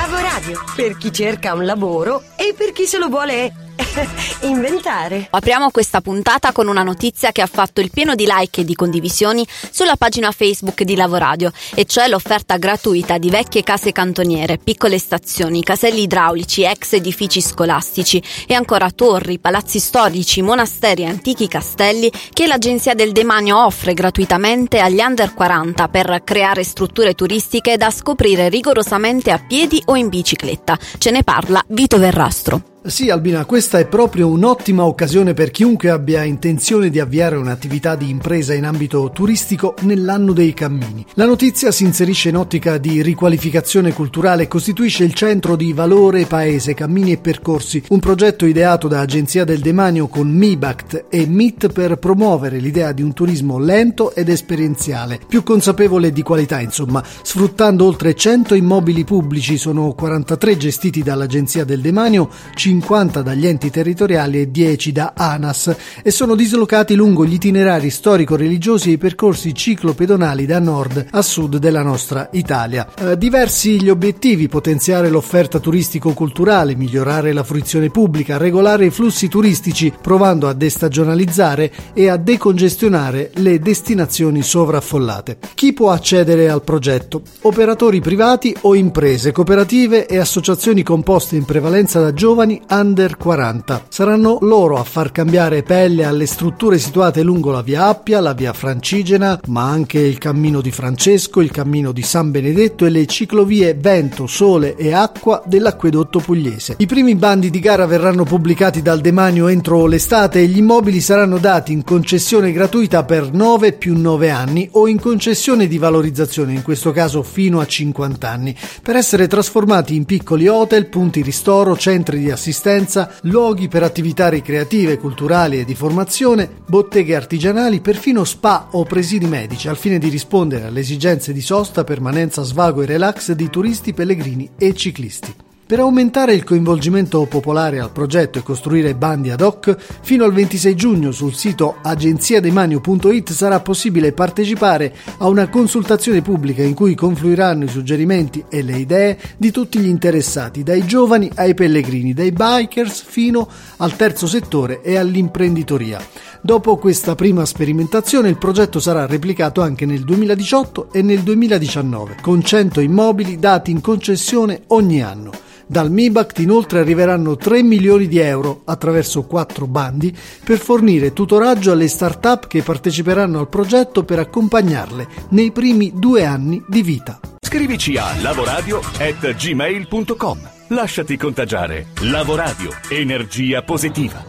Lavoradio, per chi cerca un lavoro e per chi se lo vuole inventare. Apriamo questa puntata con una notizia che ha fatto il pieno di like e di condivisioni sulla pagina Facebook di Lavoradio, e cioè l'offerta gratuita di vecchie case cantoniere, piccole stazioni, caselli idraulici, ex edifici scolastici e ancora torri, palazzi storici, monasteri e antichi castelli che l'Agenzia del Demanio offre gratuitamente agli under 40 per creare strutture turistiche da scoprire rigorosamente a piedi o in bicicletta. Ce ne parla Vito Verrastro. Sì, Albina, questa è proprio un'ottima occasione per chiunque abbia intenzione di avviare un'attività di impresa in ambito turistico nell'anno dei cammini. La notizia si inserisce in ottica di riqualificazione culturale e costituisce il centro di Valore Paese, Cammini e Percorsi, un progetto ideato da Agenzia del Demanio con MIBACT e MIT per promuovere l'idea di un turismo lento ed esperienziale, più consapevole e di qualità, insomma, sfruttando oltre 100 immobili pubblici, sono 43 gestiti dall'Agenzia del Demanio, 50 dagli enti territoriali e 10 da ANAS, e sono dislocati lungo gli itinerari storico-religiosi e i percorsi ciclopedonali da nord a sud della nostra Italia. Diversi gli obiettivi: potenziare l'offerta turistico-culturale, migliorare la fruizione pubblica, regolare i flussi turistici provando a destagionalizzare e a decongestionare le destinazioni sovraffollate. Chi può accedere al progetto? Operatori privati o imprese, cooperative e associazioni composte in prevalenza da giovani under 40. Saranno loro a far cambiare pelle alle strutture situate lungo la via Appia, la via Francigena, ma anche il cammino di Francesco, il cammino di San Benedetto e le ciclovie Vento, Sole e Acqua dell'Acquedotto Pugliese. I primi bandi di gara verranno pubblicati dal Demanio entro l'estate e gli immobili saranno dati in concessione gratuita per 9 più 9 anni o in concessione di valorizzazione, in questo caso fino a 50 anni, per essere trasformati in piccoli hotel, punti ristoro, centri di assistenza, luoghi per attività ricreative, culturali e di formazione, botteghe artigianali, perfino spa o presidi medici, al fine di rispondere alle esigenze di sosta, permanenza, svago e relax di turisti, pellegrini e ciclisti. Per aumentare il coinvolgimento popolare al progetto e costruire bandi ad hoc, fino al 26 giugno sul sito agenziademanio.it sarà possibile partecipare a una consultazione pubblica in cui confluiranno i suggerimenti e le idee di tutti gli interessati, dai giovani ai pellegrini, dai bikers fino al terzo settore e all'imprenditoria. Dopo questa prima sperimentazione, il progetto sarà replicato anche nel 2018 e nel 2019, con 100 immobili dati in concessione ogni anno. Dal MIBACT inoltre arriveranno 3 milioni di euro attraverso 4 bandi per fornire tutoraggio alle start-up che parteciperanno al progetto per accompagnarle nei primi 2 anni di vita. Scrivici a lavoradio@gmail.com. Lasciati contagiare. Lavoradio. Energia positiva.